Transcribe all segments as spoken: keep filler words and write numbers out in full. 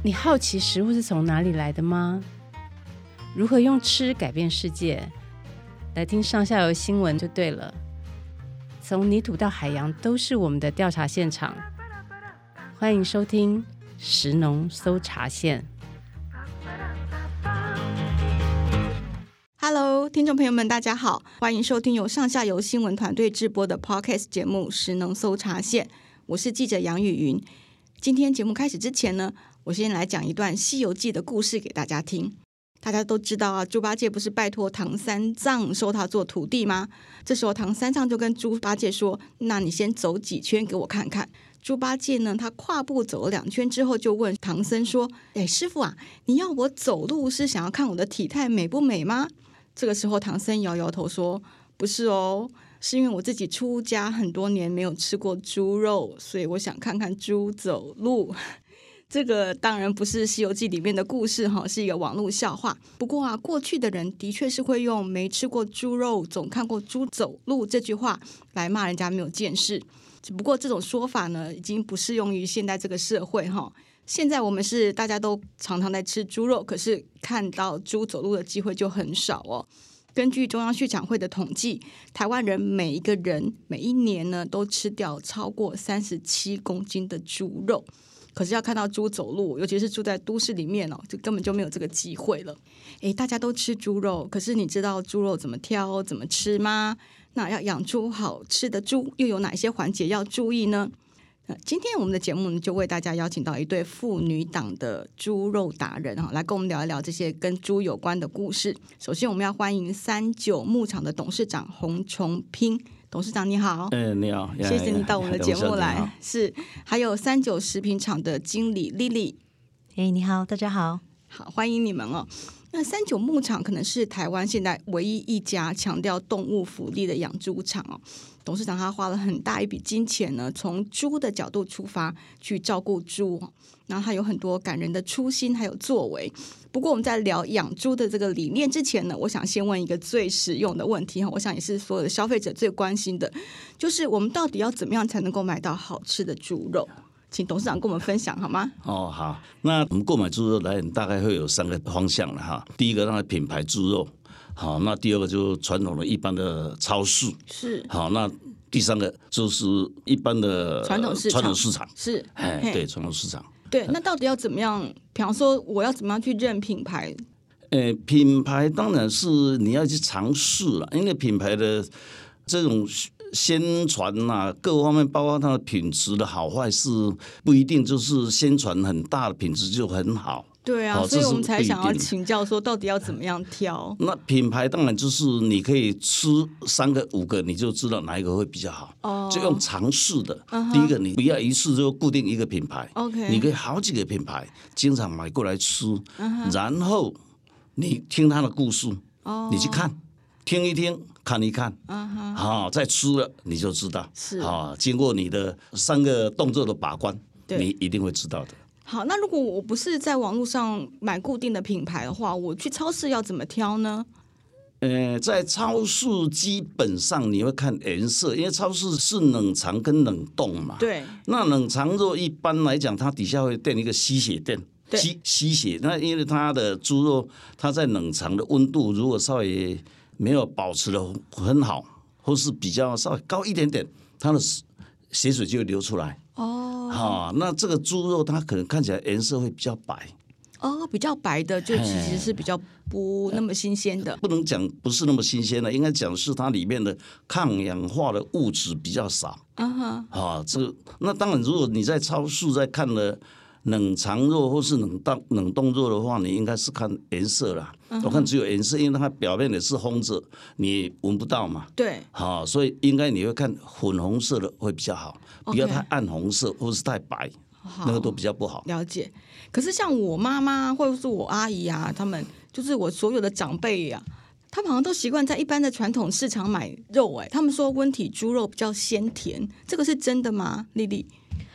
你好奇食物是从哪里来的吗？如何用吃改变世界？来听上下游新闻就对了。从泥土到海洋都是我们的调查现场。欢迎收听食农搜查线。 Hello， 听众朋友们，大家好，欢迎收听由上下游新闻团队制播的 Podcast 节目《食农搜查线》，我是记者杨雨云。今天节目开始之前呢，我先来讲一段《西游记》的故事给大家听。大家都知道啊，猪八戒不是拜托唐三藏收他做徒弟吗？这时候唐三藏就跟猪八戒说：“那你先走几圈给我看看。”猪八戒呢，他跨步走了两圈之后，就问唐僧说：“哎，师傅啊，你要我走路是想要看我的体态美不美吗？”这个时候唐僧摇摇头说：“不是哦，是因为我自己出家很多年没有吃过猪肉，所以我想看看猪走路。”这个当然不是《西游记》里面的故事，是一个网络笑话。不过啊，过去的人的确是会用没吃过猪肉总看过猪走路这句话来骂人家没有见识。只不过这种说法呢，已经不适用于现在这个社会哈。现在我们是大家都常常在吃猪肉，可是看到猪走路的机会就很少哦。根据中央畜产会的统计，台湾人每一个人每一年呢都吃掉超过三十七公斤的猪肉。可是要看到猪走路，尤其是住在都市里面哦，就根本就没有这个机会了。诶，大家都吃猪肉，可是你知道猪肉怎么挑、怎么吃吗？那要养出好吃的猪，又有哪些环节要注意呢？今天我们的节目就为大家邀请到一对妇女党的猪肉达人来跟我们聊一聊这些跟猪有关的故事。首先我们要欢迎三九牧场的董事长洪崇彬。董事长你好。 欸、你好， 谢谢你到我们的节目来。是，还有三九食品厂的经理 Lily。 哎，你好，大家好。 好，欢迎你们哦。那三九牧场可能是台湾现在唯一一家强调动物福利的养猪场哦。董事长他花了很大一笔金钱呢，从猪的角度出发去照顾猪，然后他有很多感人的初心还有作为。不过我们在聊养猪的这个理念之前呢，我想先问一个最实用的问题，我想也是所有的消费者最关心的，就是我们到底要怎么样才能够买到好吃的猪肉？请董事长跟我们分享好吗？ 哦，好，那我们购买猪肉来大概会有三个方向了哈。第一个，那品牌猪肉，好，那第二个就是传统的一般的超市， 是， 好，那第三个就是一般的传统市场， 传统市场是， 哎，对，传统市场。 对，那到底要怎么样？比方说，我要怎么样去认品牌？ 呃，品牌当然是你要去尝试了，因为品牌的这种宣传啊，各方面包括它的品质的好坏是不一定就是宣传很大的品质就很好。 对啊，所以我们才想要请教说到底要怎么样挑。 那品牌当然就是你可以吃三个五个你就知道哪一个会比较好，哦、就用尝试的、uh-huh. 第一个你不要一次就固定一个品牌、 okay. 你可以好几个品牌经常买过来吃、uh-huh. 然后你听他的故事、oh. 你去看听一听看一看、uh-huh. 好，再吃了你就知道，是好，经过你的三个动作的把关，你一定会知道的。 好，那如果我不是在网络上买固定的品牌的话，我去超市要怎么挑呢？ 呃，在超市基本上你会看颜色，因为超市是冷藏跟冷冻嘛。 对。那冷藏肉一般来讲，它底下会垫一个吸血垫，吸吸血。那因为它的猪肉，它在冷藏的温度如果稍微没有保持的很好，或是比较稍微高一点点，它的血水就会流出来。哦，好，那这个猪肉它可能看起来颜色会比较白。 哦，比较白的就其实是比较不那么新鲜的。 不能讲不是那么新鲜的，应该讲是它里面的抗氧化的物质比较少。啊哈，啊，这个那当然，如果你在超市在看了冷藏肉或是冷冻冷冻肉的话，你应该是看颜色啦。Uh-huh. 我看只有颜色，因为它表面也是红着，你闻不到嘛。对，好，所以应该你会看粉红色的会比较好， okay. 不要太暗红色或是太白，那个都比较不好。 了解。可是像我妈妈或者是我阿姨啊，他们就是我所有的长辈啊，他们好像都习惯在一般的传统市场买肉、欸，哎，他们说温体猪肉比较鲜甜，这个是真的吗？丽丽？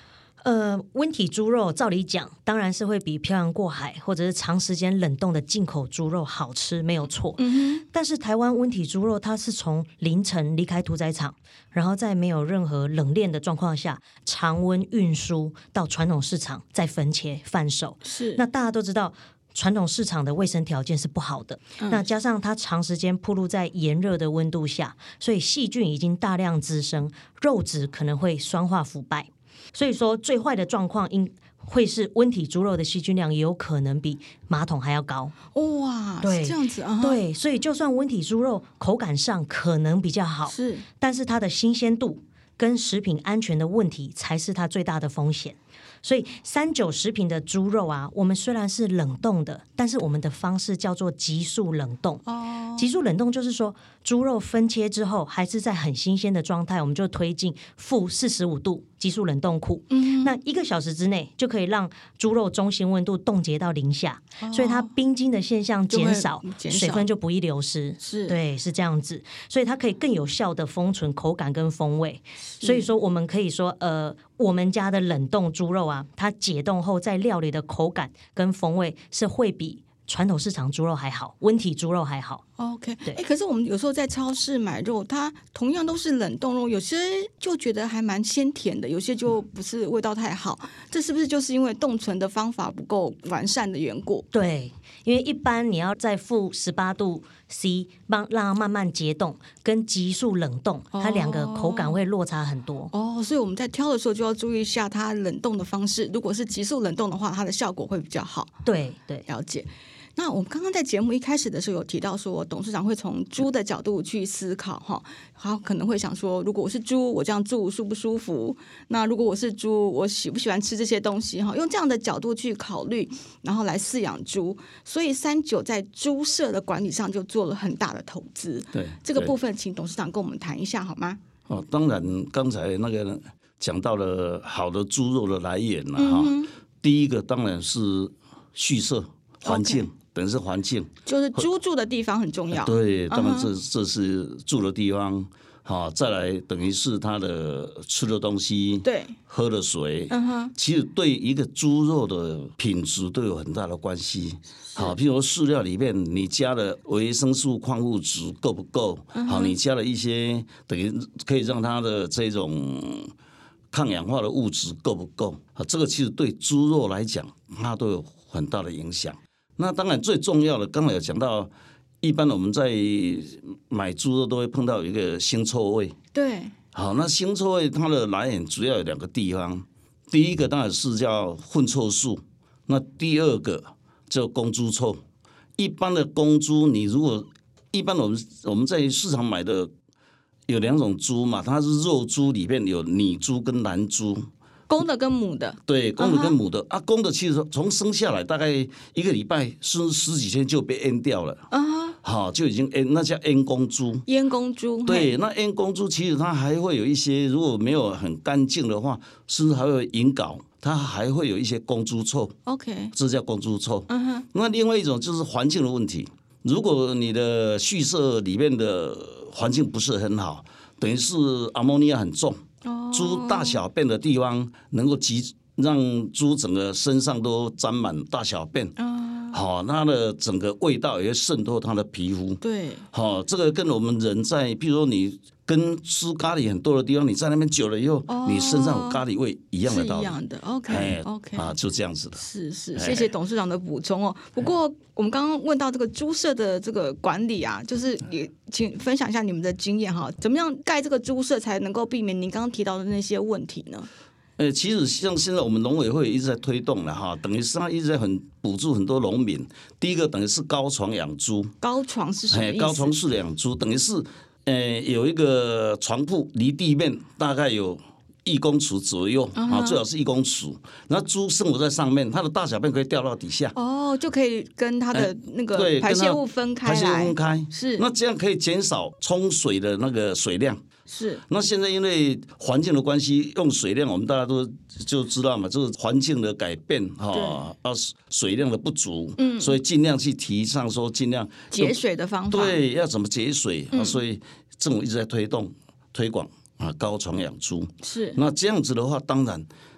呃，温体猪肉照理讲当然是会比漂洋过海或者是长时间冷冻的进口猪肉好吃，没有错。嗯、但是台湾温体猪肉它是从凌晨离开屠宰场，然后在没有任何冷链的状况下常温运输到传统市场，再分切贩售。 是， 那大家都知道传统市场的卫生条件是不好的、嗯、那加上它长时间暴露在炎热的温度下，所以细菌已经大量滋生，肉质可能会酸化腐败。所以说最坏的状况应会是温体猪肉的细菌量也有可能比马桶还要高。 哇， 对， 是这样子啊。 对，所以就算温体猪肉口感上可能比较好， 是， 但是它的新鲜度跟食品安全的问题才是它最大的风险。所以三九食品的猪肉啊，我们虽然是冷冻的，但是我们的方式叫做急速冷冻。哦，急速冷冻就是说猪肉分切之后还是在很新鲜的状态，我们就推进负四十五度急速冷冻库、嗯、那一个小时之内就可以让猪肉中心温度冻结到零下、哦、所以它冰晶的现象减少，水分就不易流失。 是， 对，是这样子，所以它可以更有效的封存口感跟风味。所以说我们可以说呃，我们家的冷冻猪肉啊，它解冻后在料理的口感跟风味是会比传统市场猪肉还好，温体猪肉还好。 OK， 对、欸，可是我们有时候在超市买肉，它同样都是冷冻肉，有些就觉得还蛮鲜甜的，有些就不是味道太好，这是不是就是因为冻存的方法不够完善的缘故？ 对，因为一般你要在负十八度 C 让让它慢慢解冻，跟急速冷冻，它两个口感会落差很多。 哦，所以我们在挑的时候就要注意一下它冷冻的方式，如果是急速冷冻的话，它的效果会比较好。 对对， 了解。那我们刚刚在节目一开始的时候有提到说，董事长会从猪的角度去思考哈，他可能会想说，如果我是猪，我这样住舒不舒服？那如果我是猪，我喜不喜欢吃这些东西哈？用这样的角度去考虑，然后来饲养猪。所以三九在猪舍的管理上就做了很大的投资。 对， 这个部分请董事长跟我们谈一下好吗？ 哦，当然，刚才那个讲到了好的猪肉的来源了哈、嗯。第一个当然是畜舍环境。Okay，等于是环境， 就是猪住的地方很重要。 对，当然这、uh-huh. 这是住的地方，好，再来等于是它的吃的东西， 对， 喝的水， 嗯哼， 其实对一个猪肉的品质都有很大的关系。好，譬如饲料里面你加的维生素、矿物质够不够？好，你加了一些等于可以让它的这种抗氧化的物质够不够？好，这个其实对猪肉来讲，它都有很大的影响。那当然最重要的，刚才有讲到，一般我们在买猪肉都会碰到一个腥臭味。 对。 好，那腥臭味它的来源主要有两个地方，第一个当然是叫粪臭素，那第二个叫公猪臭。一般的公猪，你如果一般我们我们在市场买的有两种猪嘛，它是肉猪，里面有女猪跟男猪。 公的跟母的， 对，公的跟母的、uh-huh. 啊，公的其实从生下来大概一个礼拜十十几天就被阉掉了，啊、uh-huh. 好，就已经阉，那叫阉公猪。 阉公猪， 对，那阉公猪其实它还会有一些，如果没有很干净的话，甚至还会引睾，它还会有一些公猪臭。 OK， 这叫公猪臭。 嗯哼。 那另外一种就是环境的问题，如果你的畜舍里面的环境不是很好，等于是阿莫尼亚很重。猪大小便的地方能够集让猪整个身上都沾满大小便，好、哦，它的整个味道也会渗透它的皮肤。 对， 好、哦，这个跟我们人在，譬如说你跟吃咖喱很多的地方，你在那边久了以后，哦、你身上有咖喱味一样的道理。 是一样的 ，OK OK 啊，就这样子的。 是是，谢谢董事长的补充哦。不过我们刚刚问到这个猪舍的这个管理啊，就是也请分享一下你们的经验哈，怎么样盖这个猪舍才能够避免您刚刚提到的那些问题呢？ 呃，其实像现在我们农委会一直在推动了哈，等于是它一直在很补助很多农民。第一个等于是高床养猪， 高床是什么意思？ 高床式养猪，等于是呃有一个床铺离地面大概有一公尺左右啊、uh-huh. ，最好是一公尺。然后猪生活在上面，它的大小便可以掉到底下。 哦、oh, ，就可以跟它的那个排泄物分开来， 排泄物分开是。 那这样可以减少冲水的那个水量。 是。 那现在因为环境的关系，用水量我们大家都就知道嘛，就是环境的改变哈，啊水量的不足，嗯，所以尽量去提倡说尽量节水的方法， 对，要怎么节水、嗯、啊？所以政府一直在推动推广啊，高床养猪是。 那这样子的话，当然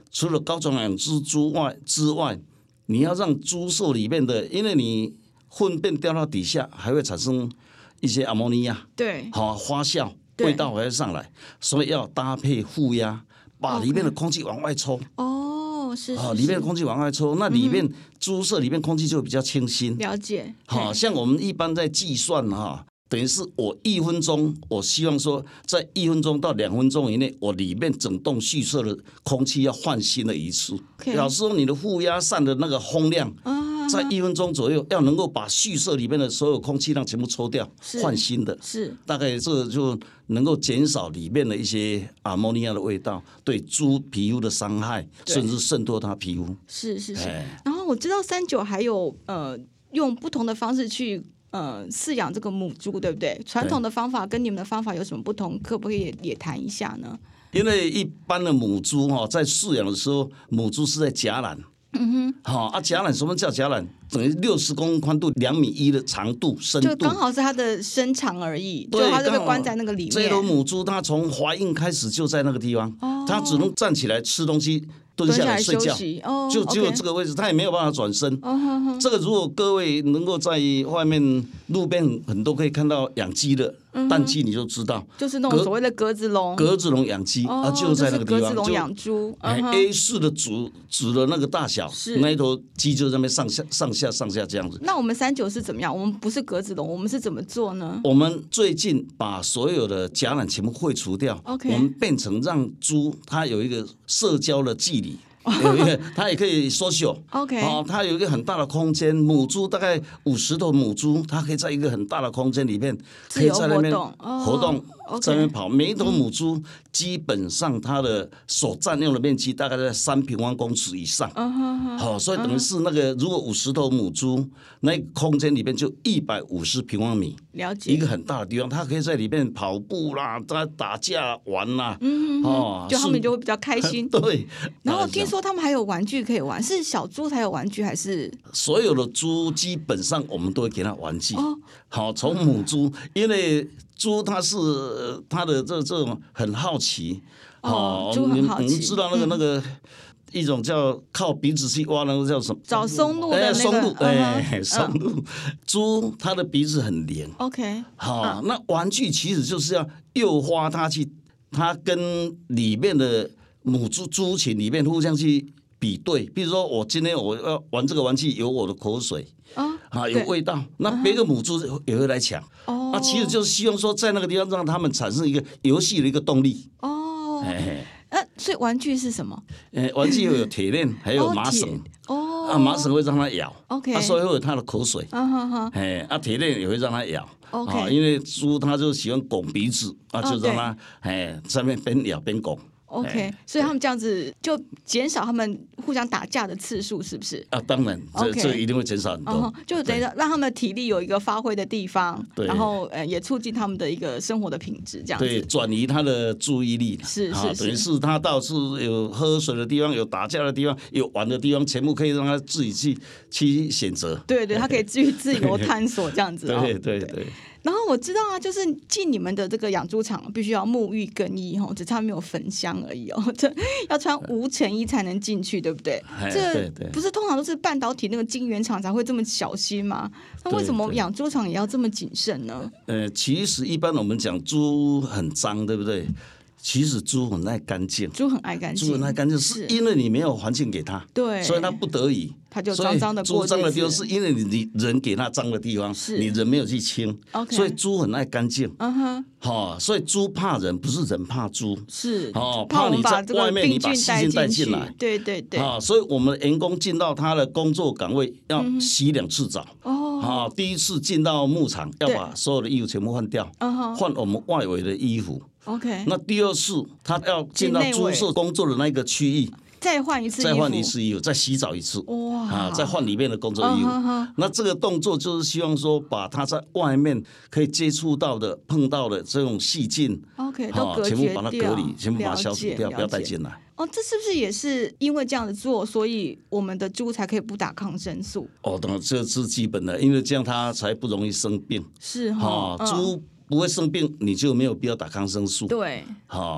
除了高种养殖猪外之外，你要让猪舍里面的，因为你粪便掉到底下，还会产生一些阿莫尼亚， 对， 好、发酵，味道还会上来，所以要搭配负压，把里面的空气往外抽。 哦，是是是， 哦，里面的空气往外抽，那里面、嗯、猪舍里面空气就比较清新。 了解。 好、哦，像我们一般在计算哈，等于是我一分钟，我希望说在一分钟到两分钟以内，我里面整栋畜舍的空气要换新了一次。表示说你的负压散的那个风量。啊在一分钟左右，要能够把畜舍里面的所有空气量全部抽掉，换新的， 是大概这就能够减少里面的一些阿莫尼亚的味道对猪皮肤的伤害，甚至渗透它皮肤。 是是是。然后我知道三九还有呃用不同的方式去呃饲养这个母猪，对不对？传统的方法跟你们的方法有什么不同？可不可以 也, 也谈一下呢？ 因为一般的母猪哈，在饲养的时候，母猪是在夹栏。嗯哼，好、哦、啊，夹栏什么叫夹栏？等于六十公分宽度，两米一的长度、深度， 就刚好是它的身长而已。对，就它就被关在那个里面。 这头母猪它从怀孕开始就在那个地方，哦、它只能站起来吃东西。蹲下来睡觉， 哦、 就只有这个位置，他也没有办法转身。 哦、 这个如果各位能够在外面路边很多可以看到养鸡的蛋鸡，你就知道， 就是那种所谓的格子笼。 格子笼养鸡、哦、啊，就在那个地方。 格子笼养猪、 嗯、，A 四的纸纸的那个大小，那一头鸡就在那边上下上下上下这样子。 那我们三九是怎么样？我们不是格子笼，我们是怎么做呢？ 我们最近把所有的夹栏全部废除掉， okay. 我们变成让猪它有一个社交的距离。有一个，它也可以缩小。 OK， 哦，它有一个很大的空间。母猪大概五十头母猪，它可以在一个很大的空间里面，可以在那边活动，哦、在那边跑。每一头母猪基本上它的所占用的面积大概在三平方公尺以上。好、uh huh. 哦，所以等于是那个如果五十头母猪，那个空间里面就一百五十平方米。 了解， 一个很大的地方，它可以在里面跑步啦，它打架玩啦， 嗯，哦，就他们就会比较开心。 对， 然后听说他们还有玩具可以玩，是小猪才有玩具还是？ 所有的猪基本上我们都会给它玩具。哦，好，从母猪，因为猪它是它的这这种很好奇， 哦，猪很好奇， 你们知道那个、嗯、那个。一种叫靠鼻子去挖，那个叫什么？ 找松露的那个。 松露，哎，松露。猪它的鼻子很连。 OK。 好，嗯、那玩具其实就是要诱发它去，它跟里面的母猪猪群里面互相去比对。比如说，我今天我要玩这个玩具，有我的口水。啊、啊，有味道，那别的母猪也会来抢。哦。那其实就是希望说，在那个地方让他们产生一个游戏的一个动力。 哦。哎。呃，所以玩具是什么？ 呃，玩具有铁链，还有麻绳。哦，啊，麻绳会让它咬。 OK， 啊，所以会有它的口水。啊哈哈。哎，啊，铁链也会让它咬。 OK，、 啊、因为猪它就喜欢拱鼻子，啊，就让它哎上面边咬边拱。 OK， 所以他们这样子就减少他们互相打架的次数，是不是？ 啊，当然，这、okay. 这一定会减少很多。 Uh-huh, 就等于让他们的体力有一个发挥的地方，然后呃也促进他们的一个生活的品质，这样子。 对，转移他的注意力。 是是是， 等于是他到处有喝水的地方，有打架的地方，有玩的地方，全部可以让他自己去去选择。 对对，他可以去自由探索这样子。 对对 对, 对。 然后我知道啊，就是进你们的这个养猪场必须要沐浴更衣哦，只差没有焚香而已哦，这要穿无尘衣才能进去，对不对？这不是通常都是半导体那个晶圆厂才会这么小心吗？那为什么养猪场也要这么谨慎呢？ 呃，其实一般我们讲猪很脏，对不对？其实猪很爱干净， 猪很爱干净， 猪很爱干净，是因为你没有环境给它， 对， 所以它不得已， 它就脏脏的过日子。 猪脏的地方是因为你人给它脏的地方，你人没有去清， okay. 所以猪很爱干净。 嗯哼， 好，所以猪怕人，不是人怕猪， 是哦，怕你在外面你把细菌带进来， 对对对。 啊，所以我们员工进到他的工作岗位要洗两次澡。哦，好，第一次进到牧场要把所有的衣服全部换掉，换我们外围的衣服。 OK， 那第二次他要进到猪舍工作的那个区域， 再换一次衣服， 再换一次衣服，再洗澡一次， 哇， 啊，再换里面的工作衣服。Uh, uh, uh. 那这个动作就是希望说，把他在外面可以接触到的、碰到的这种细菌 ，OK， 都隔绝掉， 全部把它隔离，全部把它消除掉，不要带进来。 哦，这是不是也是因为这样子做，所以我们的猪才可以不打抗生素？ 哦，当然这是基本的，因为这样它才不容易生病。 是哈， 猪。不会生病，你就没有必要打抗生素。 对， 好、哦，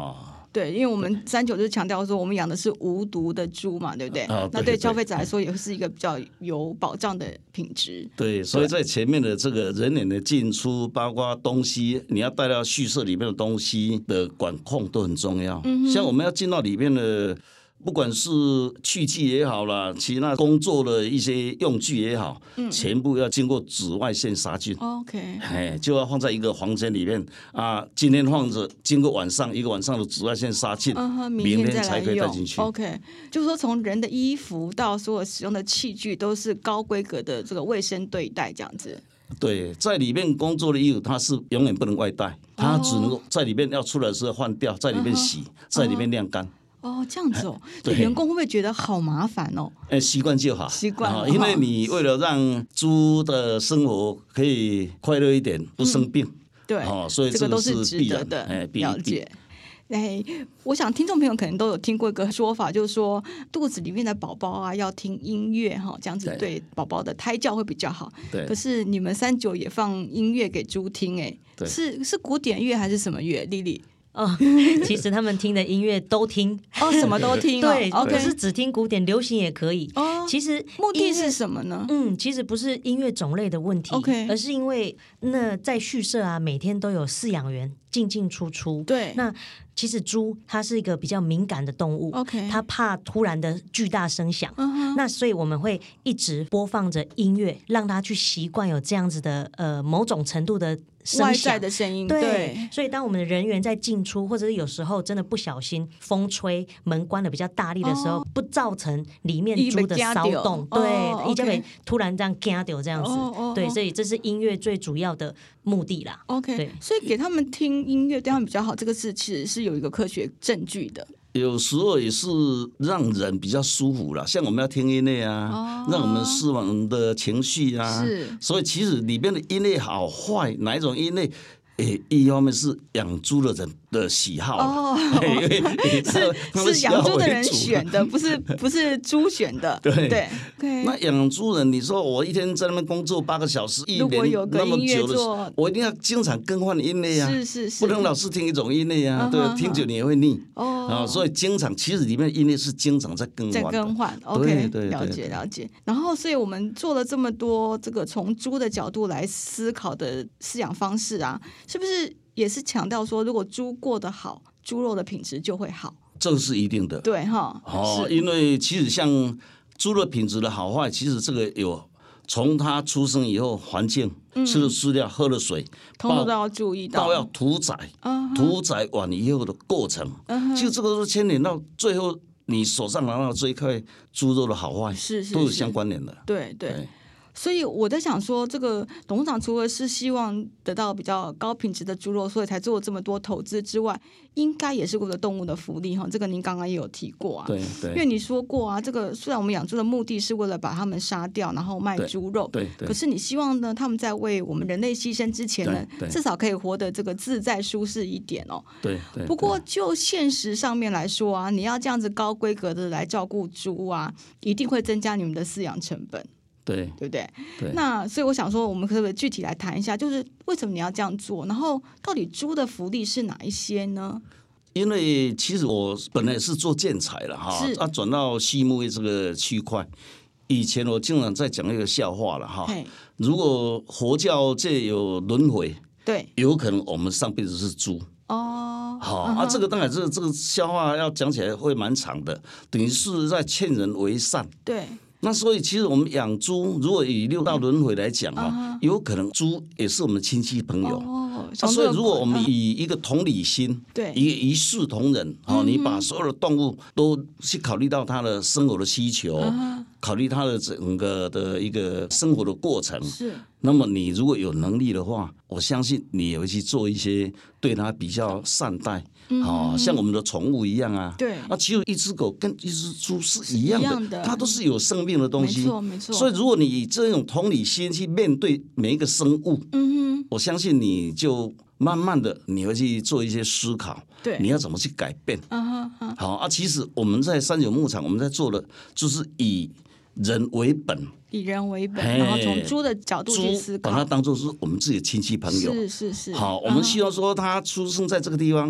对，因为我们三九就是强调说，我们养的是无毒的猪嘛，对不对？ 啊、 那对消费者来说，也是一个比较有保障的品质。 对，所以在前面的这个人员的进出，包括东西你要带到畜舍里面的东西的管控都很重要。嗯、像我们要进到里面的。不管是器具也好啦，其他工作的一些用具也好，嗯、全部要经过紫外线杀菌。 OK， 哎，就要放在一个房间里面啊。今天放着，经过晚上一个晚上的紫外线杀菌， 嗯、明天天才可以带进去。 OK， 就是说从人的衣服到所有使用的器具，都是高规格的这个卫生对待，这样子。 对，在里面工作的衣服，它是永远不能外带，它只能够在里面要出来的时候换掉，在里面洗，嗯、在里面晾干。 哦，这样子哦，对，员工会不会觉得好麻烦哦？ 哎，习惯就好， 习惯、哦， 因为你为了让猪的生活可以快乐一点，不生病，嗯、 对， 哦，所以这个都是必然值得的。 哎， 了解。哎，我想听众朋友可能都有听过一个说法，就是说肚子里面的宝宝啊要听音乐哈，这样子对宝宝的胎教会比较好。 对。 可是你们三九也放音乐给猪听，哎，是是古典乐还是什么乐？丽丽。 哦，其实他们听的音乐都听哦，什么都听、哦， 对，可是只听古典，流行也可以。哦，其实目的是什么呢？ 嗯，其实不是音乐种类的问题 ，OK， 而是因为那在畜舍啊，每天都有饲养员进进出出。 对， 那其实猪它是一个比较敏感的动物 ，OK， 它怕突然的巨大声响。 Uh-huh. 那所以我们会一直播放着音乐，让它去习惯有这样子的呃某种程度的。 外在的声音， 对， 对， 所以当我们的人员在进出，或者是有时候真的不小心风吹门关的比较大力的时候，哦、不造成里面猪的骚动，对，一就会突然这样惊到这样子，哦哦、对，所以这是音乐最主要的目的啦。 OK， 对，所以给他们听音乐对他们比较好，这个是其实是有一个科学证据的。 有时候也是让人比较舒服啦，像我们要听音乐啊，哦、让我们释放我们的情绪啊。是，所以其实里面的音乐好坏，哪一种音乐？诶，一方面是养猪的人的喜好哦，是是养猪的人选的，不是不是猪选的。 对对， 那养猪人，你说我一天在那边工作八个小时，一年那么久的，我一定要经常更换音乐啊， 是是是， 不能老是听一种音乐啊，对，听久你也会腻哦。啊，所以经常其实里面音乐是经常在更换， 在更换。OK， 了解了解。然后，所以我们做了这么多这个从猪的角度来思考的饲养方式啊。是不是也是强调说，如果猪过得好，猪肉的品质就会好？ 这是一定的， 对哈。 哦，因为其实像猪的品质的好坏，其实这个有从它出生以后，环境、嗯、吃的饲料、喝的水， 通通都要注意到， 到要屠宰，uh-huh. 屠宰完以后的过程， uh-huh. 其实这个都牵连到最后你手上拿到这一块猪肉的好坏， 是是是都有相关联的。 对 对。对，所以我在想说，这个董事长除了是希望得到比较高品质的猪肉，所以才做了这么多投资之外，应该也是为了动物的福利哈。这个您刚刚也有提过啊， 对对。 因为你说过啊，这个虽然我们养猪的目的是为了把它们杀掉，然后卖猪肉， 对 对, 对。 可是你希望呢，他们在为我们人类牺牲之前呢，至少可以活得这个自在舒适一点哦。 对 对, 对。 不过就现实上面来说啊，你要这样子高规格的来照顾猪啊，一定会增加你们的饲养成本。 对， 对不对？ 对， 那所以我想说，我们可不可以具体来谈一下，就是为什么你要这样做？然后到底猪的福利是哪一些呢？ 因为其实我本来是做建材了哈，啊，转到畜牧业这个区块。以前我经常在讲一个笑话了哈，如果佛教界有轮回， 对， 有可能我们上辈子是猪。哦，好、uh-huh. 啊，这个当然这个这个笑话要讲起来会蛮长的，等于是在劝人为善。 对。 那所以其实我们养猪，如果以六道轮回来讲啊， uh-huh. 有可能猪也是我们亲戚朋友。哦、oh, 啊，所以如果我们以一个同理心，对，一个一视同仁，哦、嗯，你把所有的动物都去考虑到它的生活的需求， uh-huh. 考虑它的整个的一个生活的过程。是。那么你如果有能力的话，我相信你也会去做一些对它比较善待。嗯哦、像我们的宠物一样啊，对，啊，其实一只狗跟一只猪是一样的，样的它都是有生命的东西， 没错没错。 所以如果你以这种同理心去面对每一个生物，嗯哼，我相信你就慢慢的你会去做一些思考，对，你要怎么去改变，嗯哼，好啊，其实我们在三九牧场我们在做的就是以人为本。 以人为本，然后从猪的角度去思考， 把它当作是我们自己的亲戚朋友。 是是是。 好，我们希望说他出生在这个地方，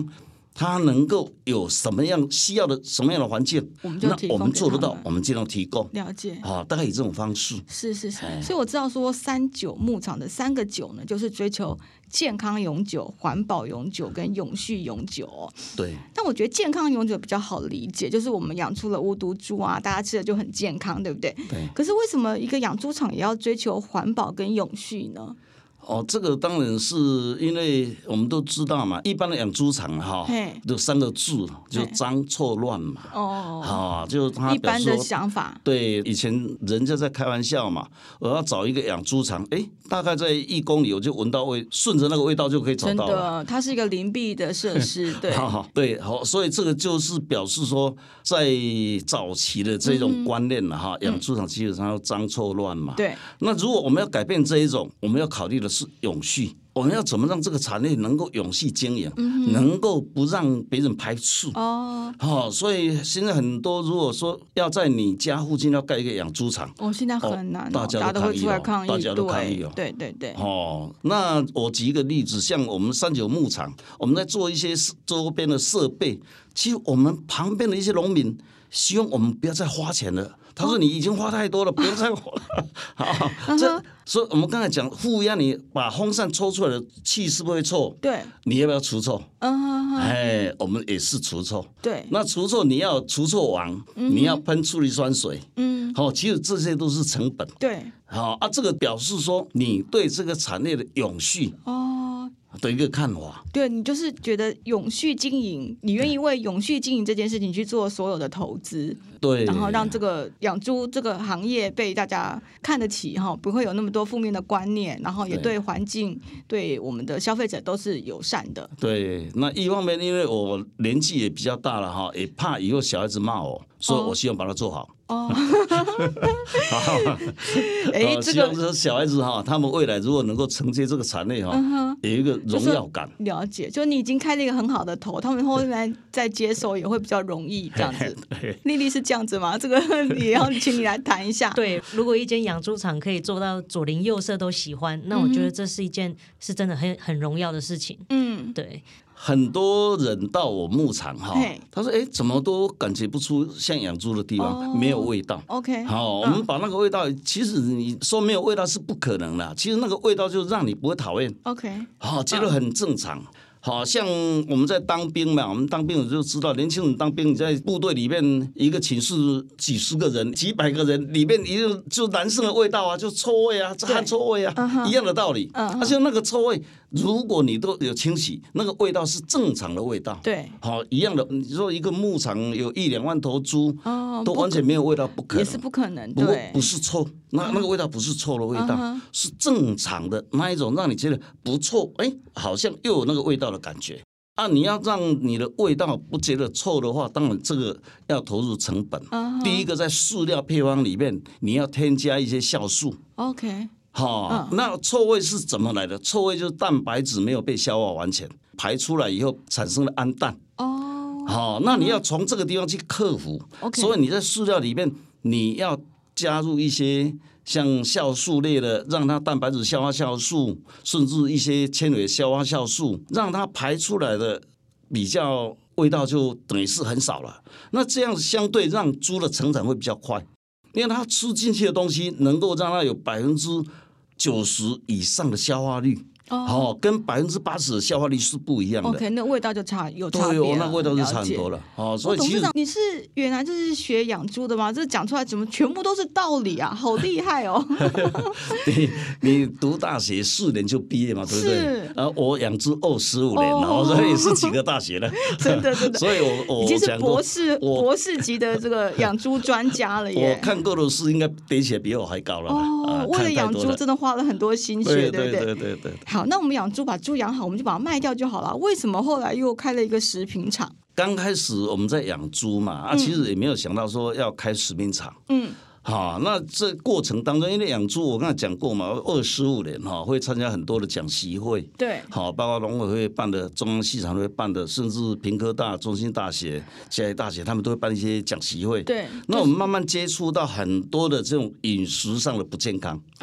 它能够有什么样需要的什么样的环境， 我们就提供那我们做得到给他，们我们尽量提供。 了解， 好，大概以这种方式。 是是是，所以我知道说三九牧场的三个九呢，就是追求健康永久、环保永久跟永续永久哦。 对， 但我觉得健康永久比较好理解，就是我们养出了无毒猪啊，大家吃的就很健康，对不对？ 对。 可是为什么一个养猪场也要追求环保跟永续呢？ 哦，这个当然是因为我们都知道嘛，一般的养猪场哈，就三个字，就脏臭乱嘛。哦，好，就他一般的想法。 对，以前人家在开玩笑嘛，我要找一个养猪场，哎，大概在一公里我就闻到味，顺着那个味道就可以找到了。 真的，它是一个邻避的设施，对， 好，对，好，所以这个就是表示说，在早期的这种观念了哈，养、嗯、猪场基本上要脏臭乱嘛。 对， 那如果我们要改变这一种，我们要考虑的是永续。我们要怎么让这个产业能够永续经营，嗯、能够不让别人排斥哦？好、哦，所以现在很多如果说要在你家附近要盖一个养猪场， 哦，现在很难、哦哦， 大家都会出来抗议， 大家都抗议哦。 对对对。 哦，那我举一个例子，像我们三九牧场，我们在做一些周边的设备，其实我们旁边的一些农民希望我们不要再花钱了。他说：“你已经花太多了，不用再花。”好，这所以我们刚才讲负压，你把风扇抽出来的气是不是会臭？ 对， 你要不要除臭？ 嗯， 哎，我们也是除臭。 对， 那除臭你要除臭网，嗯、你要喷处理酸水。嗯，好、哦，其实这些都是成本。 对， 好啊，这个表示说你对这个产业的永续。哦。的一个看法， 对，你就是觉得永续经营，你愿意为永续经营这件事情去做所有的投资， 对， 然后让这个养猪这个行业被大家看得起哈，不会有那么多负面的观念，然后也对环境、对我们的消费者都是友善的。 对，那一方面因为我年纪也比较大了哈，也怕以后小孩子骂我，所以我希望把它做好。哦，好，哎，这个希望小孩子哈，他们未来如果能够承接这个产业哈，嗯、有一个荣耀感。 了解，就你已经开了一个很好的头，他们后来再接手也会比较容易，这样子。丽丽是这样子吗？这个也要请你来谈一下。 对，如果一间养猪场可以做到左邻右舍都喜欢，那我觉得这是一件是真的很很荣耀的事情。嗯，对。 很多人到我牧场哈，他说：“哎，怎么都感觉不出像养猪的地方，哦、没有味道。” OK， 好，我们把那个味道，其实你说没有味道是不可能的，其实那个味道就让你不会讨厌。 OK， 好，觉得很正常。好像我们在当兵嘛，我们当兵我就知道，年轻人当兵，你在部队里面一个寝室几十个人、几百个人，里面一个就男生的味道啊，就臭味啊，汗臭味啊， uh-huh. 一样的道理。而且、uh-huh. 那个臭味，如果你都有清洗，那个味道是正常的味道。 对， 好，一样的。你说一个牧场有一两万头猪，哦、都完全没有味道，不可能， 也是不可能。 不过不是臭，那那个味道不是臭的味道， uh-huh. 是正常的那一种，让你觉得不错，哎，好像又有那个味道的感觉。啊，你要让你的味道不觉得臭的话，当然这个要投入成本。Uh-huh. 第一个，在饲料配方里面，你要添加一些酵素。 OK。 好、哦，嗯、那臭味是怎么来的？臭味就是蛋白质没有被消化完全，排出来以后产生了氨氮。哦。好、哦，那你要从这个地方去克服。OK。所以你在饲料里面，你要加入一些像酵素类的，让它蛋白质消化酵素，甚至一些纤维消化酵素，让它排出来的比较味道就等于是很少了。那这样相对让猪的成长会比较快，因为它吃进去的东西能够让它有百分之九十以上的消化率。哦，跟百分之八十的消化率是不一样的。 OK， 那味道就差有差别了。 对，那味道就差很多了。哦，所以董事长，你是原来就是学养猪的吗？这讲出来怎么全部都是道理啊？好厉害哦！ 你你读大学四年就毕业嘛，对不对？是。然后我养猪二十五年了，哦，所以是几个大学了。 真的真的。 所以我我已经是博士博士级的这个养猪专家了耶。 我看过的书应该比起来比我还高了。 哦，为了养猪真的花了很多心血，对不对？ 对对对。 好，那我们养猪把猪养好，我们就把它卖掉就好了。为什么后来又开了一个食品厂？ 刚开始我们在养猪嘛，啊，其实也没有想到说要开食品厂。嗯。好，那这过程当中，因为养猪我刚才讲过嘛，二十五年哈，会参加很多的讲习会， 对， 好，包括农委会办的、中央畜产会办的，甚至屏科大、中兴大学、嘉义大学，他们都会办一些讲习会。 对， 那我们慢慢接触到很多的这种饮食上的不健康。 哦。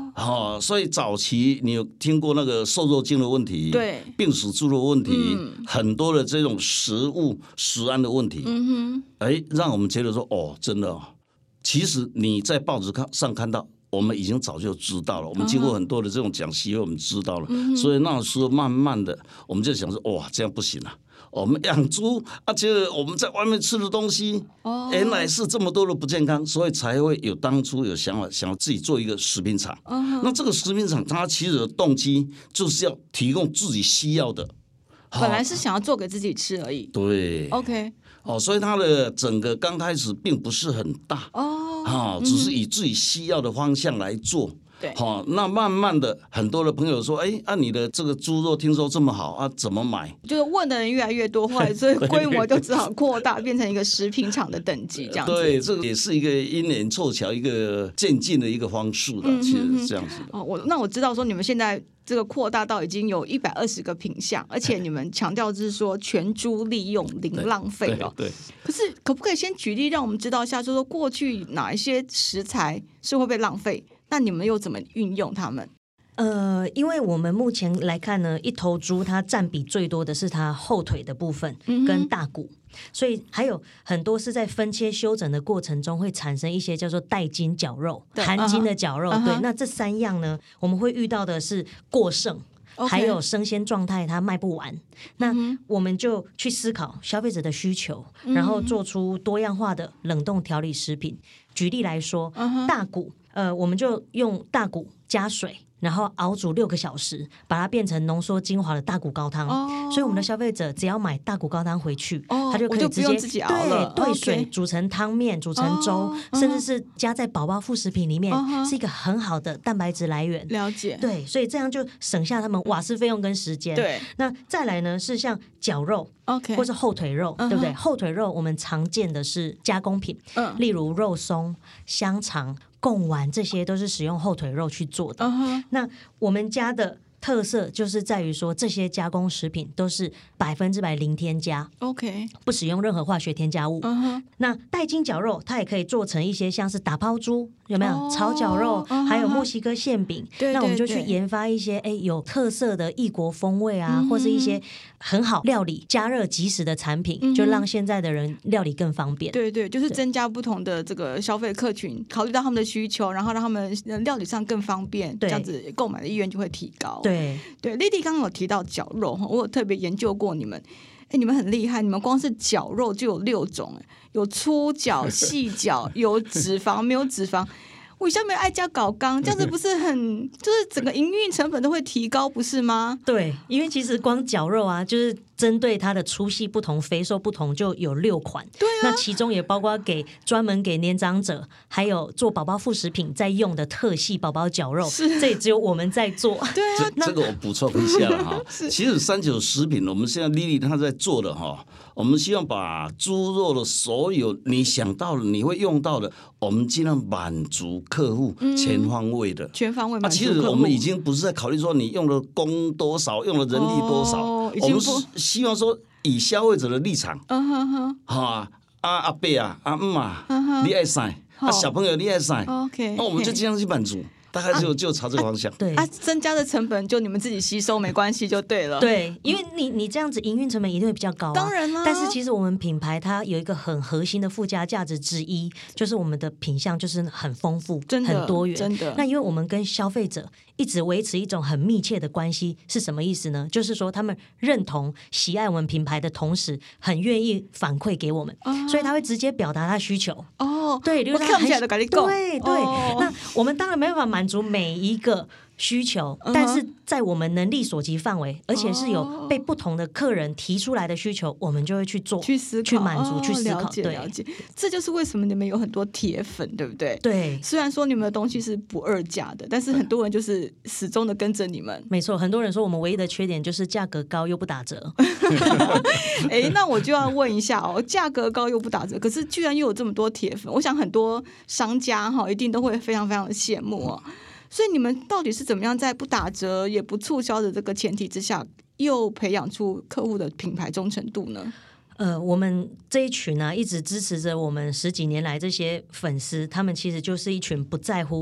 哦，所以早期你有听过那个瘦肉精的问题， 对， 病死猪的问题， 嗯、 很多的这种食物食安的问题，嗯哼，哎，让我们觉得说，哦，真的哦，其实你在报纸上看到。我们已经早就知道了，我们经过很多的这种讲习，我们知道了，嗯、所以那时候慢慢的，我们就想说，哇，这样不行啊！我们养猪，而且我们在外面吃的东西，哦、原来是这么多的不健康，所以才会有当初有想法，想要自己做一个食品厂。哦、那这个食品厂，它其实的动机就是要提供自己需要的， 本来是想要做给自己吃而已。 对 ，OK。 哦，所以它的整个刚开始并不是很大哦，哈，只是以自己需要的方向来做。 对， 好，那慢慢的，很多的朋友说，哎，啊，你的这个猪肉听说这么好啊，怎么买？ 就是问的人越来越多，后来所以规模就只好扩大，变成一个食品厂的等级这样子。 对，这个也是一个因缘凑巧、一个渐进的一个方式的，嗯、其实是这样子的。 哦，我那我知道说你们现在这个扩大到已经有一百二十个品项，而且你们强调就是说全猪利用、零浪费哦。 对。对可是可不可以先举例，让我们知道一下，就是说过去哪一些食材是会被浪费？那你们又怎么运用它们？ 呃，因为我们目前来看呢，一头猪它占比最多的是它后腿的部分跟大骨，嗯、所以还有很多是在分切修整的过程中会产生一些叫做带筋绞肉、含筋的绞肉。 uh-huh. 对， uh-huh. 那这三样呢，我们会遇到的是过剩。Okay. 还有生鲜状态它卖不完，那我们就去思考消费者的需求，嗯、然后做出多样化的冷冻调理食品。举例来说，嗯、大骨，呃，我们就用大骨加水，然后熬煮六个小时，把它变成浓缩精华的大骨高汤。哦、所以我们的消费者只要买大骨高汤回去，哦、他就可以直接自己熬了， 对兑水煮成汤面、煮成粥，哦、甚至是加在宝宝副食品里面，哦、是一个很好的蛋白质来源。 了解， 对，所以这样就省下他们瓦斯费用跟时间。 对， 那再来呢是像绞肉。 Okay. 或是后腿肉， uh-huh. 对不对？后腿肉我们常见的是加工品，uh-huh. 例如肉松、香肠、贡丸，这些都是使用后腿肉去做的。Uh-huh. 那我们家的特色就是在于说，这些加工食品都是百分之百零添加 ，OK， 不使用任何化学添加物。Uh-huh. 那带筋绞肉，它也可以做成一些像是打抛猪，有没有？ Oh, 炒绞肉， uh-huh. 还有墨西哥馅饼。 对对对， 那我们就去研发一些哎有特色的异国风味啊， uh-huh. 或是一些很好料理、加热即食的产品， uh-huh. 就让现在的人料理更方便。 对对，就是增加不同的这个消费客群，考虑到他们的需求，然后让他们料理上更方便，这样子购买的意愿就会提高。 对对，丽丽刚刚有提到绞肉，我有特别研究过你们，哎，你们很厉害，你们光是绞肉就有六种，有粗绞、细绞，有脂肪没有脂肪。我下面爱加搞钢，这样子不是很就是整个营运成本都会提高，不是吗？ 对，因为其实光绞肉啊，就是针对它的粗细不同、肥瘦不同，就有六款。 对啊， 那其中也包括给专门给年长者，还有做宝宝副食品在用的特细宝宝绞肉，这也只有我们在做。 对啊， 这, 这个我补充一下了哈。其实三九食品，我们现在丽丽她在做的哈，我们希望把猪肉的所有你想到的、你会用到的，我们尽量满足客户全方位的， 嗯、全方位满足客户。 啊、其实我们已经不是在考虑说你用的工多少，用的人力多少， 哦、 我们是希望说以消费者的立场，哈、uh-huh. 啊阿伯啊阿姆啊， uh-huh. 你爱啥？啊小朋友你爱啥？ OK， 那我们就这样去满足。大概就、啊、就朝这个方向， 对啊，增加的成本就你们自己吸收没关系就对了。 对，因为你你这样子营运成本一定会比较高、啊， 当然啦。 但是其实我们品牌它有一个很核心的附加价值之一，就是我们的品项就是很丰富， 真的很多元。 真的。 那因为我们跟消费者一直维持一种很密切的关系，是什么意思呢？就是说他们认同喜爱我们品牌的同时，很愿意反馈给我们、哦，所以他会直接表达他需求。 哦， 对， 我看不起来的跟你讲。 对对、哦，那我们当然没办法满足每一个需求、uh-huh. 但是在我们能力所及范围，而且是有被不同的客人提出来的需求，我们就会去做、 去思考、 去满足、哦、去思考。 了解了解，这就是为什么你们有很多铁粉，对不对？ 对， 虽然说你们的东西是不二价的，但是很多人就是始终的跟着你们。 没错，很多人说我们唯一的缺点就是价格高又不打折。 哎，那我就要问一下哦，价格高又不打折，可是居然又有这么多铁粉，我想很多商家哈一定都会非常非常的羡慕哦。所以你们到底是怎么样在不打折也不促销的这个前提之下，又培养出客户的品牌忠诚度呢？ 呃，我们这一群啊，一直支持着我们十几年来这些粉丝，他们其实就是一群不在乎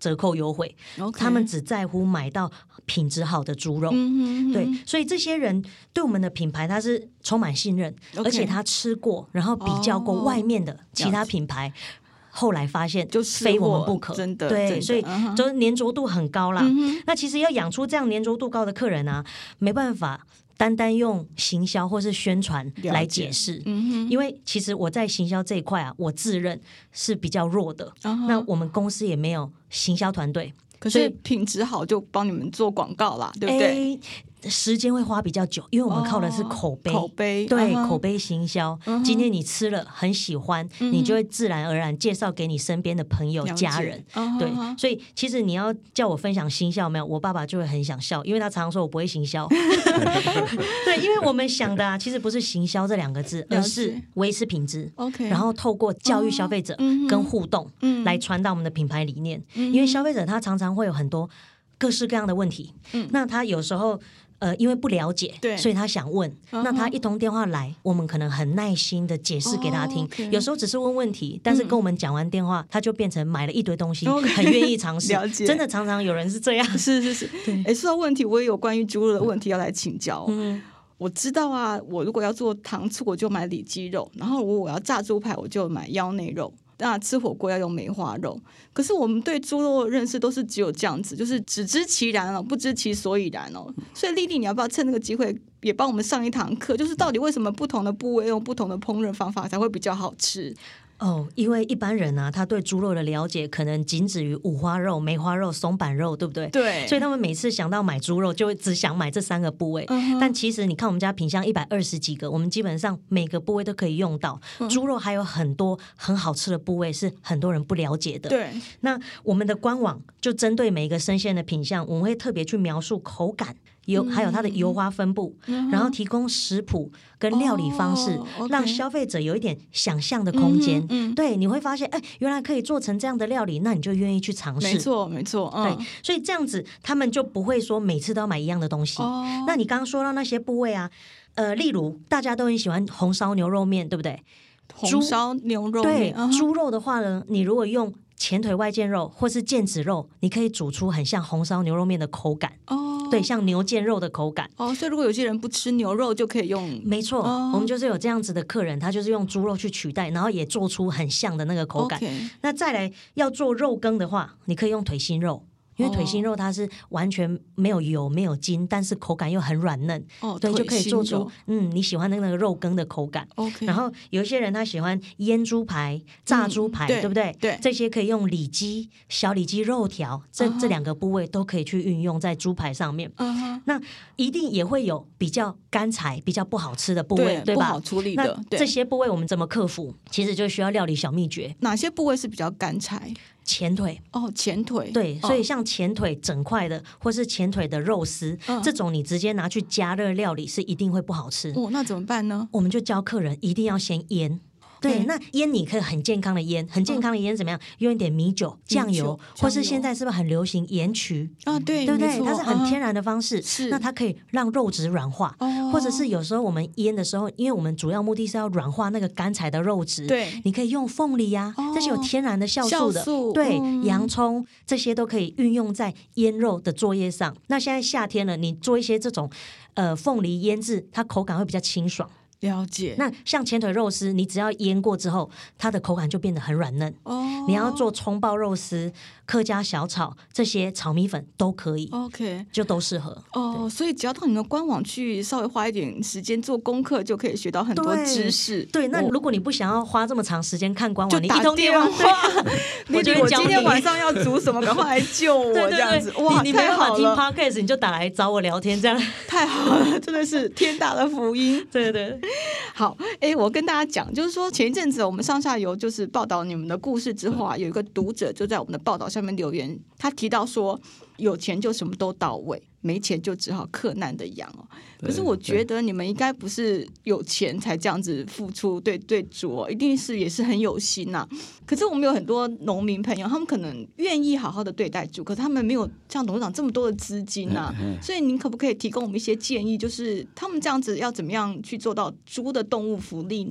折扣优惠， Okay. 他们只在乎买到品质好的猪肉。 嗯哼哼， 对，所以这些人对我们的品牌他是充满信任， Okay. 而且他吃过，然后比较过外面的其他品牌。后来发现就非我们不可， 真的对， 真的所以就是粘着度很高啦。 嗯、 那其实要养出这样粘着度高的客人啊，没办法单单用行销或是宣传来解释， 嗯、 因为其实我在行销这一块啊，我自认是比较弱的。 uh-huh. 那我们公司也没有行销团队， 可是品质好就帮你们做广告啦，对不对？ 时间会花比较久，因为我们靠的是口碑， 哦、口碑对、 uh-huh. 口碑行销。 Uh-huh. 今天你吃了很喜欢， uh-huh. 你就会自然而然介绍给你身边的朋友、家人。 uh-huh. 对，所以其实你要叫我分享行销，没有，我爸爸就会很想笑，因为他常常说我不会行销。对，因为我们想的啊，其实不是行销这两个字，而是维持品质。 OK， 然后透过教育消费者跟互动， uh-huh. 来传达我们的品牌理念。 uh-huh. 因为消费者他常常会有很多各式各样的问题， uh-huh. 那他有时候。呃，因为不了解，所以他想问。Uh-huh. 那他一通电话来，我们可能很耐心的解释给他听。 Oh, okay. 有时候只是问问题，但是跟我们讲完电话，嗯、他就变成买了一堆东西， okay. 很愿意尝试。 了解， 真的常常有人是这样。 是是是。哎，说到问题，我也有关于猪肉的问题要来请教。嗯，我知道啊，我如果要做糖醋，我就买里脊肉；然后如果我要炸猪排，我就买腰内肉。那吃火锅要用梅花肉，可是我们对猪肉的认识都是只有这样子，就是只知其然哦，不知其所以然哦。所以丽丽，你要不要趁这个机会也帮我们上一堂课，就是到底为什么不同的部位用不同的烹饪方法才会比较好吃？ 哦，因为一般人啊，他对猪肉的了解可能仅止于五花肉、梅花肉、松板肉，对不对？ 对。 所以他们每次想到买猪肉，就会只想买这三个部位。Uh-huh. 但其实你看我们家品项一百二十几个，我们基本上每个部位都可以用到。Uh-huh. 猪肉还有很多很好吃的部位是很多人不了解的。 对。 那我们的官网就针对每一个生鲜的品项，我们会特别去描述口感。油还有它的油花分布、嗯、然后提供食谱跟料理方式、哦 okay. 让消费者有一点想象的空间、嗯嗯、对，你会发现哎，原来可以做成这样的料理，那你就愿意去尝试。 没错没错、嗯、 对，所以这样子他们就不会说每次都要买一样的东西、哦、那你刚刚说到那些部位啊，呃，例如大家都很喜欢红烧牛肉面，对不对？ 红烧牛肉面对、嗯、猪肉的话呢，你如果用前腿外腱肉或是腱子肉，你可以煮出很像红烧牛肉面的口感哦，对，像牛腱肉的口感哦。所以如果有些人不吃牛肉，就可以用。 没错、哦，我们就是有这样子的客人，他就是用猪肉去取代，然后也做出很像的那个口感。 Okay. 那再来要做肉羹的话，你可以用腿心肉。因为腿心肉它是完全没有油没有筋，但是口感又很软嫩， 哦， 对，就可以做出嗯你喜欢的那个肉羹的口感。 Okay. 然后有一些人他喜欢腌猪排、炸猪排，嗯、对, 对不对？ 对， 这些可以用里脊、小里脊肉条，这、uh-huh. 这两个部位都可以去运用在猪排上面。 Uh-huh. 那一定也会有比较干柴、比较不好吃的部位， 对, 对吧？ 不好处理的。 那这些部位我们怎么克服？其实就需要料理小秘诀。 哪些部位是比较干柴？ 前腿哦，前腿对、 哦， 所以像前腿整块的，或是前腿的肉丝、嗯，这种你直接拿去加热料理是一定会不好吃哦。那怎么办呢？ 我们就教客人一定要先腌。对，嗯、那腌你可以很健康的腌，很健康的腌怎么样？用一点米酒、酱油，或是现在是不是很流行盐曲啊？对， 对不对？它是很天然的方式， 是、 嗯、那它可以让肉质软化、哦，或者是有时候我们腌的时候，因为我们主要目的是要软化那个干柴的肉质， 对， 你可以用凤梨呀、啊哦，这些有天然的酵素的， 酵素对、 嗯， 洋葱这些都可以运用在腌肉的作业上。那现在夏天了，你做一些这种呃凤梨腌制，它口感会比较清爽。 了解。 那像前腿肉丝，你只要腌过之后，它的口感就变得很软嫩。哦。你要做葱爆肉丝、客家小炒这些炒米粉都可以。 OK。 就都适合。 哦，所以只要到你们官网去稍微花一点时间做功课，就可以学到很多知识。 对。对，那如果你不想要花这么长时间看官网， 就打你一通电话， 我就我今天晚上要煮什么，赶快来救我这样子。 对对对， 哇， 你没办法听 podcast， 你就打来找我聊天，这样太好了，真的是天大的福音。 对对对。 好，哎，我跟大家讲，就是说前一阵子我们上下游就是报道你们的故事之后啊，有一个读者就在我们的报道下面留言，他提到说有钱就什么都到位，没钱就只好克难的养哦。可是我觉得你们应该不是有钱才这样子付出，对对主哦，一定是也是很有心呐、啊。可是我们有很多农民朋友，他们可能愿意好好的对待猪，可是他们没有像董事长这么多的资金呐、啊。所以您可不可以提供我们一些建议，就是他们这样子要怎么样去做到猪的动物福利呢？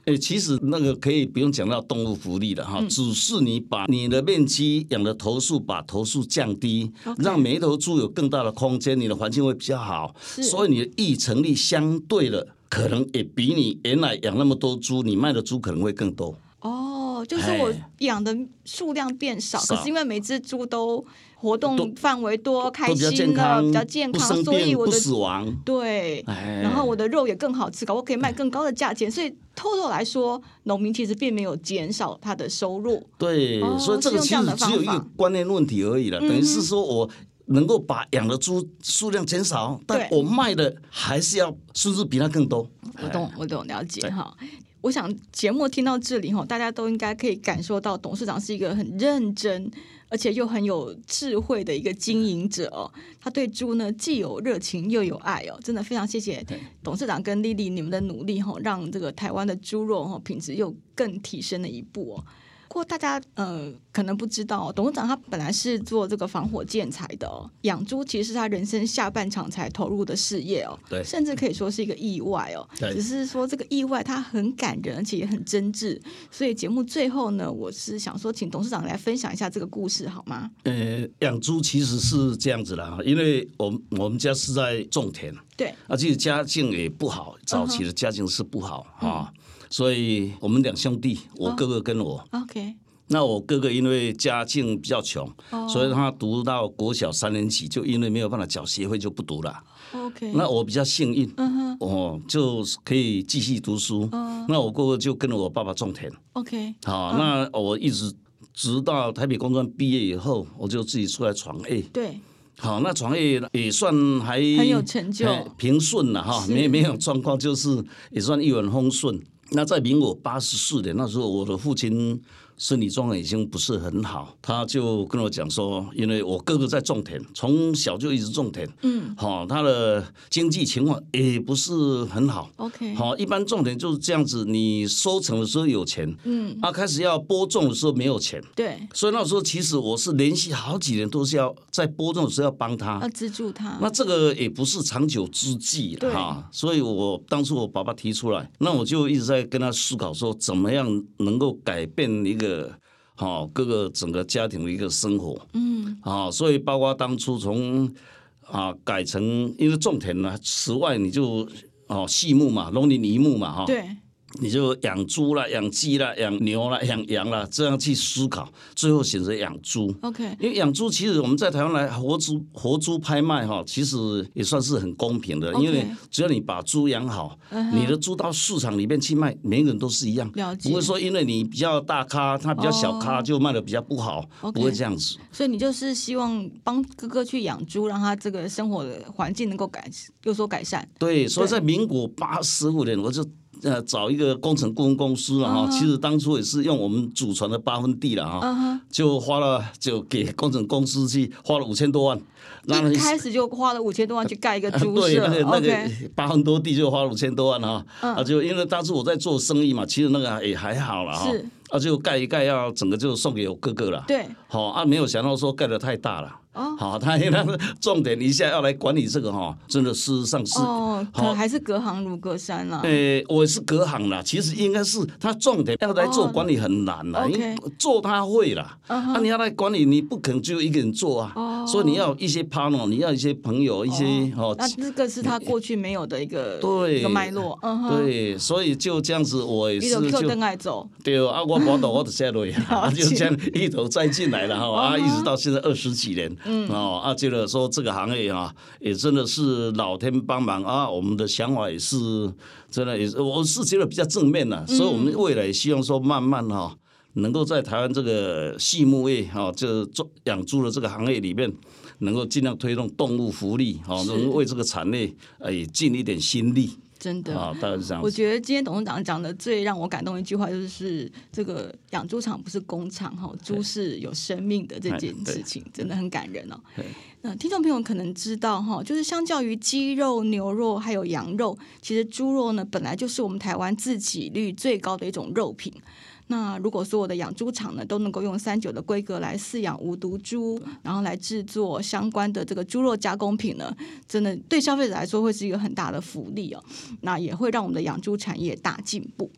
欸、其实那个可以不用讲到动物福利了哈、嗯，只是你把你的面积养的头数把头数降低， okay. 让每一头猪有更大的空间，你的环境会比较好，所以你的育成率相对的可能也比你原来养那么多猪，你卖的猪可能会更多。 哦，就是我养的数量变少，可是因为每只猪都活动范围多，开心了，比较健康， 不所以我的不死亡， 对，然后我的肉也更好吃，我可以卖更高的价钱，所以偷偷来说，农民其实并没有减少他的收入。 对，哦、所以这个其实只有一个观念问题而已了，嗯、等于是说我能够把养的猪数量减少，但我卖的还是要甚至比它更多。 我懂，我懂，了解哈。我想节目听到这里，大家都应该可以感受到董事长是一个很认真而且又很有智慧的一个经营者哦。他对猪呢既有热情又有爱哦，真的非常谢谢董事长跟莉莉你们的努力，让这个台湾的猪肉品质又更提升了一步哦。不过大家呃可能不知道，董事长他本来是做这个防火建材的哦，养猪其实是他人生下半场才投入的事业哦，对，甚至可以说是一个意外哦。只是说这个意外它很感人，而且也很真挚，所以节目最后呢，我是想说请董事长来分享一下这个故事好吗？ 呃，养猪其实是这样子啦，因为我们我们家是在种田， 对， 而且家境也不好，早期的家境是不好啊。嗯，所以我们两兄弟，我哥哥跟我、 oh, OK， 那我哥哥因为家境比较穷， oh. 所以他读到国小三年级，就因为没有办法缴学费就不读了。 OK， 那我比较幸运， 嗯、uh-huh. 哦，就可以继续读书。Uh-huh. 那我哥哥就跟着我爸爸种田。 OK， 好， uh-huh. 那我一直直到台北工专毕业以后，我就自己出来创业。 对。 好，那创业也算还很有成就， 平顺了哈，没没有状况，就是也算一帆风顺。那在民国八十四年那时候，我的父亲身体状况已经不是很好，他就跟我讲说，因为我哥哥在种田，从小就一直种田，嗯，好，他的经济情况也不是很好 ，OK， 好，一般种田就是这样子，你收成的时候有钱，嗯，啊，开始要播种的时候没有钱， 对， 所以那时候其实我是连续好几年都是要在播种的时候要帮他， 要资助他， 那这个也不是长久之计了哈，所以我当初我爸爸提出来，那我就一直在跟他思考说，怎么样能够改变一个好各个整个家庭的一个生活，嗯，啊，所以包括当初从啊改成因为种田呢，此外你就哦畜牧嘛，农林渔牧嘛，哈， 对。 你就养猪啦、养鸡啦、养牛啦、养羊啦，这样去思考，最后选择养猪。 OK， 因为养猪其实我们在台湾来活猪活猪拍卖哈，其实也算是很公平的， okay. 因为只要你把猪养好， uh-huh. 你的猪到市场里面去卖，每个人都是一样，不会说因为你比较大咖，他比较小咖就卖的比较不好， okay. 不会这样子。 所以你就是希望帮哥哥去养猪，让他这个生活的环境能够改有所改善。 对，所以在民国八十五年我就。呃，找一个工程顾问公司了哈， uh-huh. 其实当初也是用我们祖传的八分地了哈， uh-huh. 就花了就给工程公司去花了五千多万， 一开始就花了五千多万去盖一个猪舍， 对，那个那个八分多地就花了五千多万哈，啊， uh. 就因为当时我在做生意嘛，其实那个也还好了哈，啊，就盖一盖要整个就送给我哥哥了， 对， 好啊，没有想到说盖得太大了。哦，好，他那个重点一下要来管理这个哈，真的事实上是哦，可还是隔行如隔山啦。 呃，我是隔行啦，其实应该是他重点要来做管理很难啦，因为做他会啦，啊，你要来管理，你不可能只有一个人做啊，所以你要有一些 partner， 你要一些朋友，一些哦， 那这个是他过去没有的一个对一个脉络，嗯哼，对，所以就这样子，我也是就跟爱走， 对啊，我不懂，我就下来啊，就这样一头栽进来了哈，啊，一直到现在二十几年，嗯，哦啊。觉得说这个行业啊，也真的是老天帮忙啊！我们的想法也是真的，也是我是觉得比较正面的、啊嗯，所以我们未来也希望说慢慢哈、啊，能够在台湾这个畜牧业哈，这养猪的这个行业里面，能够尽量推动动物福利，哈，能为这个产业哎尽一点心力。 真的啊，大概是这样子。 我觉得今天董事长讲的最让我感动的一句话，就是这个养猪场不是工厂哈，猪是有生命的这件事情，真的很感人哦。那听众朋友可能知道哈，就是相较于鸡肉、牛肉还有羊肉，其实猪肉呢本来就是我们台湾自给率最高的一种肉品。那如果所有的养猪场呢都能够用三九的规格来饲养无毒猪，然后来制作相关的这个猪肉加工品呢，真的对消费者来说会是一个很大的福利哦。那也会让我们的养猪产业大进步。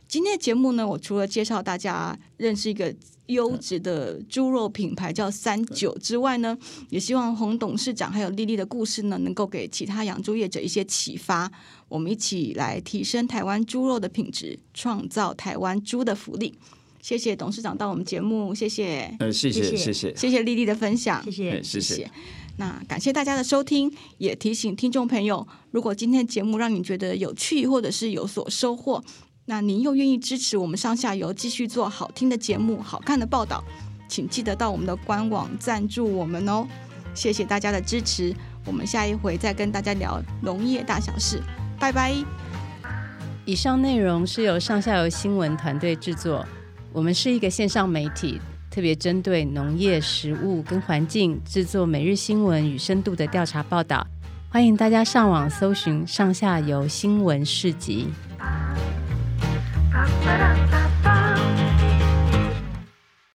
今天的节目呢，我除了介绍大家认识一个优质的猪肉品牌叫三九之外呢，也希望洪董事长还有丽丽的故事呢，能够给其他养猪业者一些启发。我们一起来提升台湾猪肉的品质，创造台湾猪的福利。谢谢董事长到我们节目，谢谢。 呃，谢谢，谢谢， 谢谢丽丽的分享， 谢谢， 谢谢。 那感谢大家的收听，也提醒听众朋友，如果今天的节目让你觉得有趣，或者是有所收获，那您又愿意支持我们上下游继续做好听的节目、好看的报道，请记得到我们的官网赞助我们哦。谢谢大家的支持，我们下一回再跟大家聊农业大小事，拜拜。 以上内容是由上下游新闻团队制作，我们是一个线上媒体，特别针对农业、食物跟环境制作每日新闻与深度的调查报道，欢迎大家上网搜寻上下游新闻市集。Ba-ba-da-ba-ba